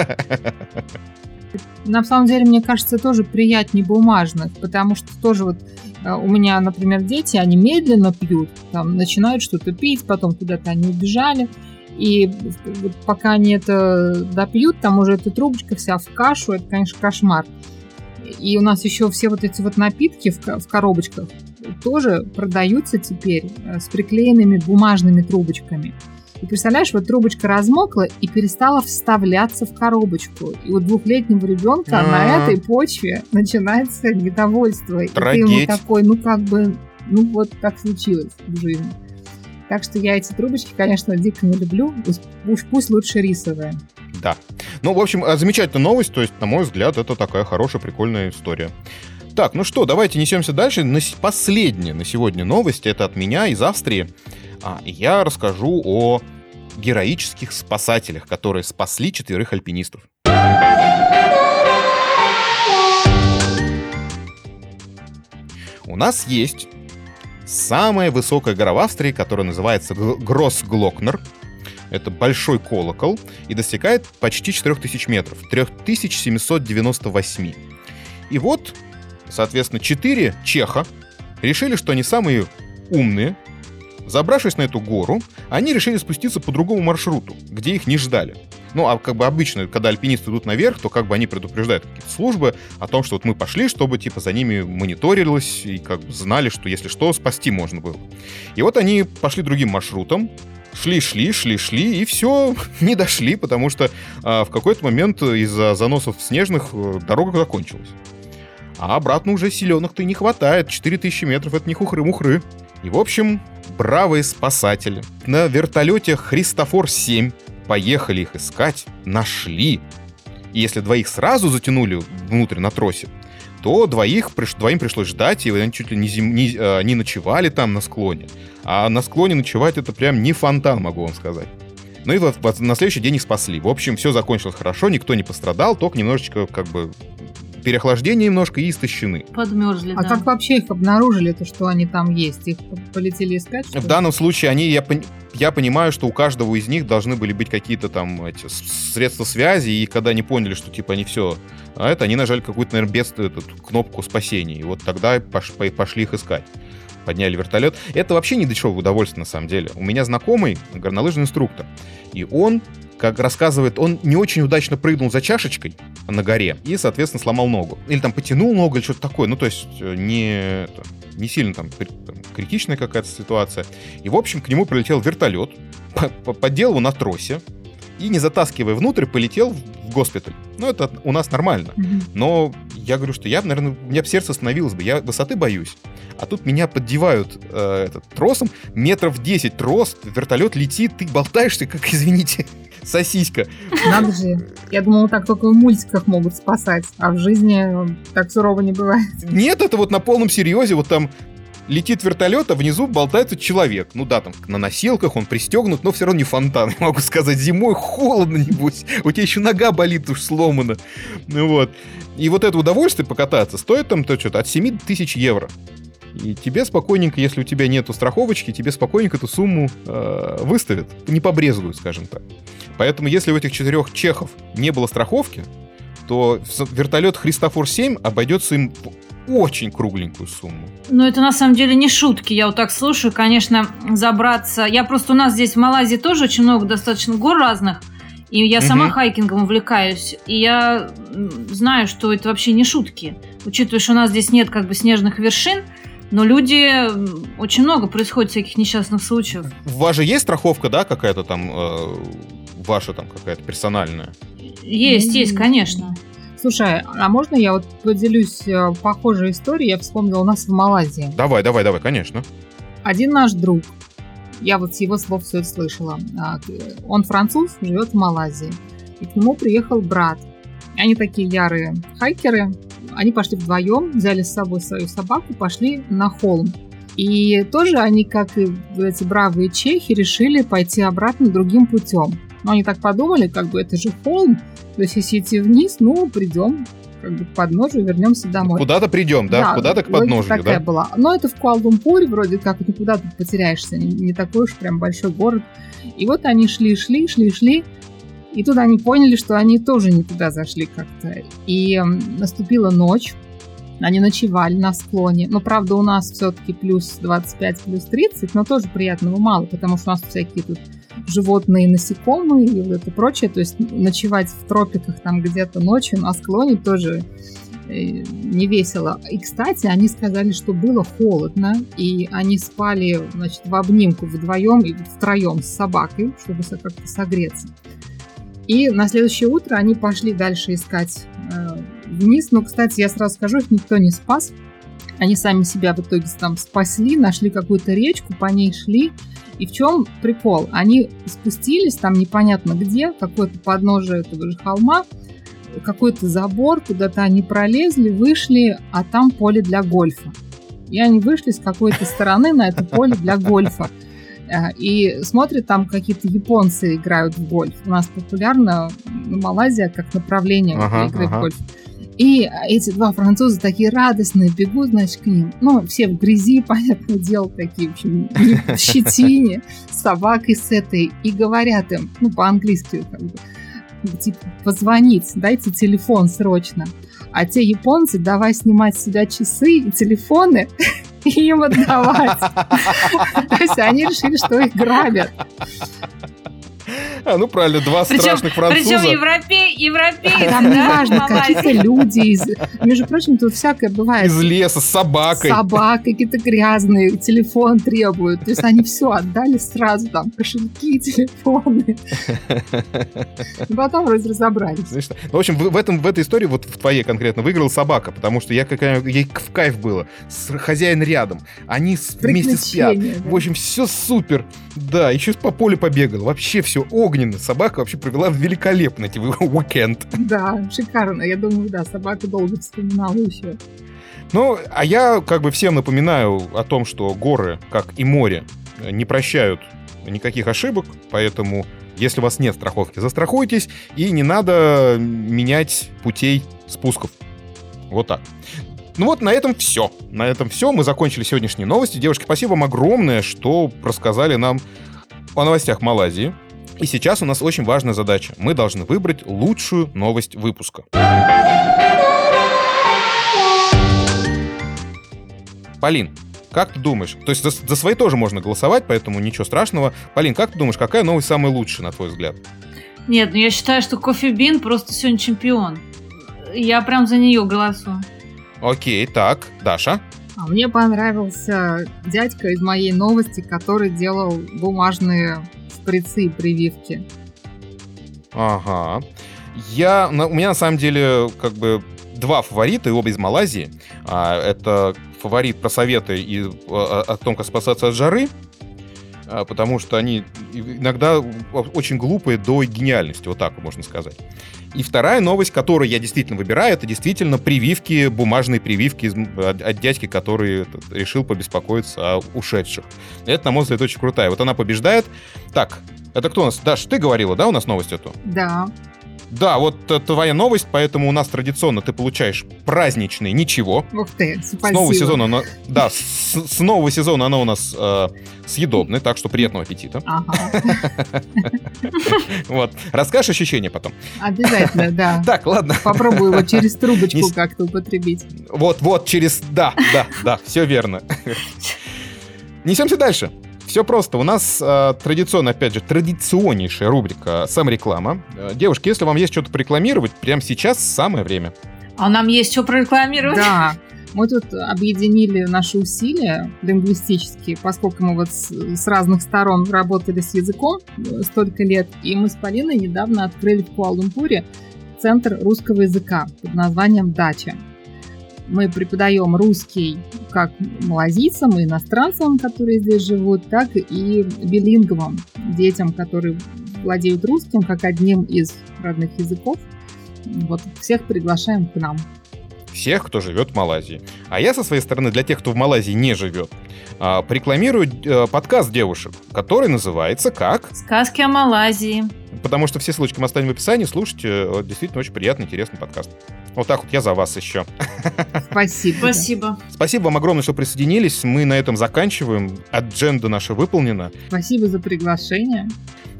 На самом деле, мне кажется, тоже приятнее бумажных, потому что тоже вот у меня, например, дети, они медленно пьют, там, начинают что-то пить, потом куда-то они убежали, и вот пока они это допьют, там уже эта трубочка вся в кашу, это, конечно, кошмар. И у нас еще все вот эти вот напитки в, в коробочках тоже продаются теперь с приклеенными бумажными трубочками. И представляешь, вот трубочка размокла и перестала вставляться в коробочку. И у двухлетнего ребенка А-а-а. на этой почве начинается недовольство. Трагедь. И ты ему такой, ну как бы, ну вот так случилось в жизни. Так что я эти трубочки, конечно, дико не люблю. Уж пусть лучше рисовые. Да. Ну, в общем, замечательная новость. То есть, на мой взгляд, это такая хорошая, прикольная история. Так, ну что, давайте несемся дальше. Последняя на сегодня новость. Это от меня из Австрии. А, я расскажу о героических спасателях, которые спасли четверых альпинистов. У нас есть самая высокая гора в Австрии, которая называется Гроссглокнер. Это большой колокол и достигает почти четырех тысяч метров, три тысячи семьсот девяносто восемь. И вот, соответственно, четыре чеха решили, что они самые умные. Забравшись на эту гору, они решили спуститься по другому маршруту, где их не ждали. Ну, а как бы обычно, когда альпинисты идут наверх, то как бы они предупреждают какие-то службы о том, что вот мы пошли, чтобы типа за ними мониторилось и как бы знали, что если что, спасти можно было. И вот они пошли другим маршрутом, шли, шли, шли, шли, и все, не дошли, потому что а, в какой-то момент из-за заносов снежных дорога закончилась. А обратно уже силенок-то и не хватает, четыре тысячи метров — это не хухры-мухры. И, в общем, бравые спасатели на вертолете Христофор семь поехали их искать, нашли. И если двоих сразу затянули внутрь на тросе, то двоих, двоим пришлось ждать, и они чуть ли не, зим, не, не ночевали там на склоне. А на склоне ночевать — это прям не фонтан, могу вам сказать. Ну и вот, вот на следующий день их спасли. В общем, все закончилось хорошо, никто не пострадал, только немножечко как бы переохлаждение немножко и истощены. Подмерзли, а да. как вообще их обнаружили, то, что они там есть? Их полетели искать? В данном случае они, я, я понимаю, что у каждого из них должны были быть какие-то там эти средства связи, и когда они поняли, что типа они все, а это они нажали какую-то, наверное, без эту кнопку спасения, и вот тогда пош, пошли их искать. Подняли вертолет. Это вообще не дешевое удовольствие, на самом деле. У меня знакомый горнолыжный инструктор, и он, как рассказывает, он не очень удачно прыгнул за чашечкой на горе и, соответственно, сломал ногу. Или там потянул ногу, или что-то такое. Ну, то есть не, это, не сильно там, там критичная какая-то ситуация. И, в общем, к нему прилетел вертолет, поддел его на тросе и, не затаскивая внутрь, полетел в госпиталь. Ну, это у нас нормально. Mm-hmm. Но я говорю, что я, наверное, у меня сердце остановилось бы. Я высоты боюсь. А тут меня поддевают э, этот, тросом, метров десять трос, вертолет летит, ты болтаешься, как, извините, сосиска. Надо же. Я думала, так только в мультиках могут спасать, а в жизни так сурово не бывает. Нет, это вот на полном серьезе, вот там летит вертолет, а внизу болтается человек. Ну да, там на носилках, он пристегнут, но все равно не фонтан. Я могу сказать, зимой холодно, небось. У тебя еще нога болит, уж сломана. Ну вот. И вот это удовольствие покататься стоит там то что-то от семь тысяч евро. И тебе спокойненько, если у тебя нету страховочки, тебе спокойненько эту сумму э, выставят, не побрезгуют, скажем так. Поэтому если у этих четырех чехов не было страховки, то вертолет Христофор семь обойдется им в очень кругленькую сумму. Ну, это на самом деле не шутки. Я вот так слушаю, конечно, забраться... Я просто у нас здесь в Малайзии тоже очень много достаточно гор разных, и я сама угу. хайкингом увлекаюсь, и я знаю, что это вообще не шутки. Учитывая, что у нас здесь нет как бы снежных вершин, но люди... Очень много происходит всяких несчастных случаев. У вас же есть страховка, да, какая-то там... Э, ваша там какая-то персональная? Есть, есть, конечно. Слушай, а можно я вот поделюсь похожей историей? Я вспомнила у нас в Малайзии. Давай, давай, давай, конечно. Один наш друг, я вот с его слов все это слышала, он француз, живет в Малайзии. И к нему приехал брат. Они такие ярые хайкеры. Они пошли вдвоем, взяли с собой свою собаку, пошли на холм. И тоже они, как и эти бравые чехи, решили пойти обратно другим путем. Но они так подумали, как бы это же холм, то есть если идти вниз, ну, придем как бы к подножию, вернемся домой. Куда-то придем, да? да Куда-то к подножию, такая да? была. Но это в Куала-Лумпуре, вроде как, никуда тут потеряешься, не, не такой уж прям большой город. И вот они шли, шли, шли, шли, и тут они поняли, что они тоже не туда зашли как-то. И наступила ночь, они ночевали на склоне. Но, правда, у нас все-таки плюс двадцать пять, плюс тридцать, но тоже приятного мало, потому что у нас всякие тут животные, насекомые и вот это прочее. То есть ночевать в тропиках там где-то ночью на склоне тоже не весело. И, кстати, они сказали, что было холодно, и они спали, значит, в обнимку вдвоем и втроем с собакой, чтобы как-то согреться. И на следующее утро они пошли дальше искать э, вниз. Но, кстати, я сразу скажу, их никто не спас. Они сами себя в итоге там спасли, нашли какую-то речку, по ней шли. И в чем прикол? Они спустились там непонятно где, какое-то подножие этого же холма, какой-то забор, куда-то они пролезли, вышли, а там поле для гольфа. И они вышли с какой-то стороны на это поле для гольфа. И смотрят, там какие-то японцы играют в гольф. У нас популярна Малайзия как направление ага, игры ага. в гольф. И эти два француза такие радостные бегут, значит, к ним. Ну, все в грязи, понятное дело, такие, в общем, в щетине, с собакой с этой. И говорят им, ну, по-английски, как бы, типа, позвонить, дайте телефон срочно. А те японцы давай снимать с себя часы и телефоны и им отдавать. То есть они решили, что их грабят. А, ну правильно, два причем, страшных француза. Причем европей, европейцы. Там неважно, какие-то люди. Из, между прочим, тут всякое бывает. Из леса с собакой. Собакой, какие-то грязные, телефон требуют. То есть они все отдали сразу, там, кошельки, телефоны. И потом вроде разобрались. Значит, в общем, в, в, этом, в этой истории, вот в твоей конкретно, выиграла собака, потому что я, какая, ей в кайф было. С, хозяин рядом. Они с, вместе спят. Да. В общем, все супер. Да, еще по полю побегал. Вообще все огненно. Собака вообще провела великолепный уикенд. Да, шикарно. Я думаю, да, собака долго вспоминала еще. Ну, а я как бы всем напоминаю о том, что горы, как и море, не прощают никаких ошибок, поэтому если у вас нет страховки, застрахуйтесь, и не надо менять путей спусков. Вот так. Ну вот, на этом все. На этом все. Мы закончили сегодняшние новости. Девушки, спасибо вам огромное, что рассказали нам о новостях Малайзии. И сейчас у нас очень важная задача. Мы должны выбрать лучшую новость выпуска. Полин, как ты думаешь? То есть за, за свои тоже можно голосовать, поэтому ничего страшного. Полин, как ты думаешь, какая новость самая лучшая, на твой взгляд? Нет, ну я считаю, что Кофе Бин просто сегодня чемпион. Я прям за нее голосую. Окей, так, Даша? А мне понравился дядька из моей новости, который делал бумажные шприцы и прививки. Ага. Я, у меня на самом деле как бы два фаворита, и оба из Малайзии. А, это фаворит про советы и о, о том, как спасаться от жары, а, потому что они иногда очень глупые до гениальности, вот так можно сказать. И вторая новость, которую я действительно выбираю, это действительно прививки, бумажные прививки от, от дядьки, который этот, решил побеспокоиться о ушедших. Это, на мой взгляд, очень крутая. Вот она побеждает. Так, это кто у нас? Даш, ты говорила, да, у нас новость эту? Да. Да, вот э, твоя новость, поэтому у нас традиционно ты получаешь праздничный ничего. Ух ты, спасибо. С нового сезона, оно, да, с, с нового сезона оно у нас э, съедобное, так что приятного аппетита. Ага. Вот. Расскажешь ощущения потом? Обязательно, да. Так, ладно. Попробую его через трубочку как-то употребить. Вот, вот, через... Да, да, да, все верно. Несемся дальше. Все просто. У нас э, традиционно, опять же, традиционнейшая рубрика «Самореклама». Э, девушки, если вам есть что-то порекламировать, прямо сейчас самое время. А нам есть что прорекламировать? Да. Мы тут объединили наши усилия лингвистические, поскольку мы вот с, с разных сторон работали с языком столько лет, и мы с Полиной недавно открыли в Куала-Лумпуре центр русского языка под названием «Дача». Мы преподаем русский как малазийцам и иностранцам, которые здесь живут, так и билингвам, детям, которые владеют русским как одним из родных языков. Вот всех приглашаем к нам. Всех, кто живет в Малайзии. А я со своей стороны, для тех, кто в Малайзии не живет, порекламирую подкаст девушек, который называется как? «Сказки о Малайзии». Потому что все ссылочки мы оставим в описании. Слушайте, действительно очень приятный, интересный подкаст. Вот так вот я за вас еще. Спасибо. Спасибо. Спасибо вам огромное, что присоединились. Мы на этом заканчиваем. Адженда наша выполнена. Спасибо за приглашение.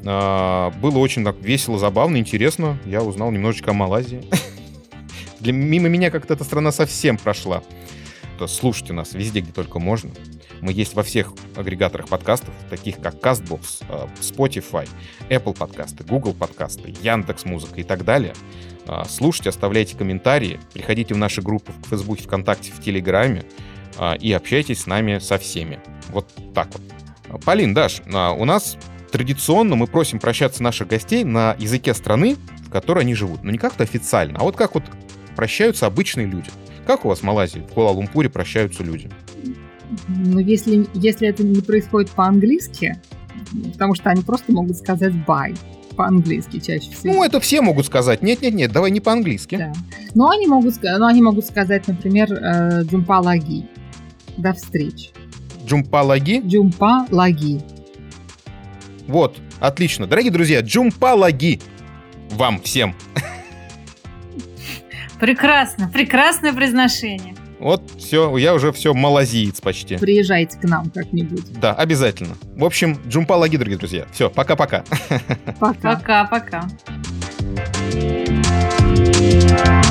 А, было очень так весело, забавно, интересно. Я узнал немножечко о Малайзии. Для, мимо меня как-то эта страна совсем прошла. То слушайте нас везде, где только можно. Мы есть во всех агрегаторах подкастов, таких как CastBox, Spotify, Apple подкасты, Google подкасты, Яндекс.Музыка и так далее. Слушайте, оставляйте комментарии, приходите в наши группы в Фейсбуке, ВКонтакте, в Телеграме и общайтесь с нами со всеми. Вот так вот. Полин, Даш, у нас традиционно мы просим прощаться наших гостей на языке страны, в которой они живут. Но не как-то официально, а вот как вот прощаются обычные люди. Как у вас в Малайзии, в Куала-Лумпуре прощаются люди? Ну, если, если это не происходит по-английски, потому что они просто могут сказать «bye» по-английски чаще всего. Ну, это все могут сказать. Нет-нет-нет, давай не по-английски. Да. Но они могут, но они могут сказать, например, «джумпа лаги». До встречи. Джумпа лаги? Джумпа лаги. Вот, отлично. Дорогие друзья, джумпа лаги вам всем. Прекрасно, прекрасное произношение. Вот, все, я уже все малазиец почти. Приезжайте к нам как-нибудь. Да, обязательно. В общем, джумпа лаги, дорогие друзья. Все, пока-пока. Пока. Пока-пока.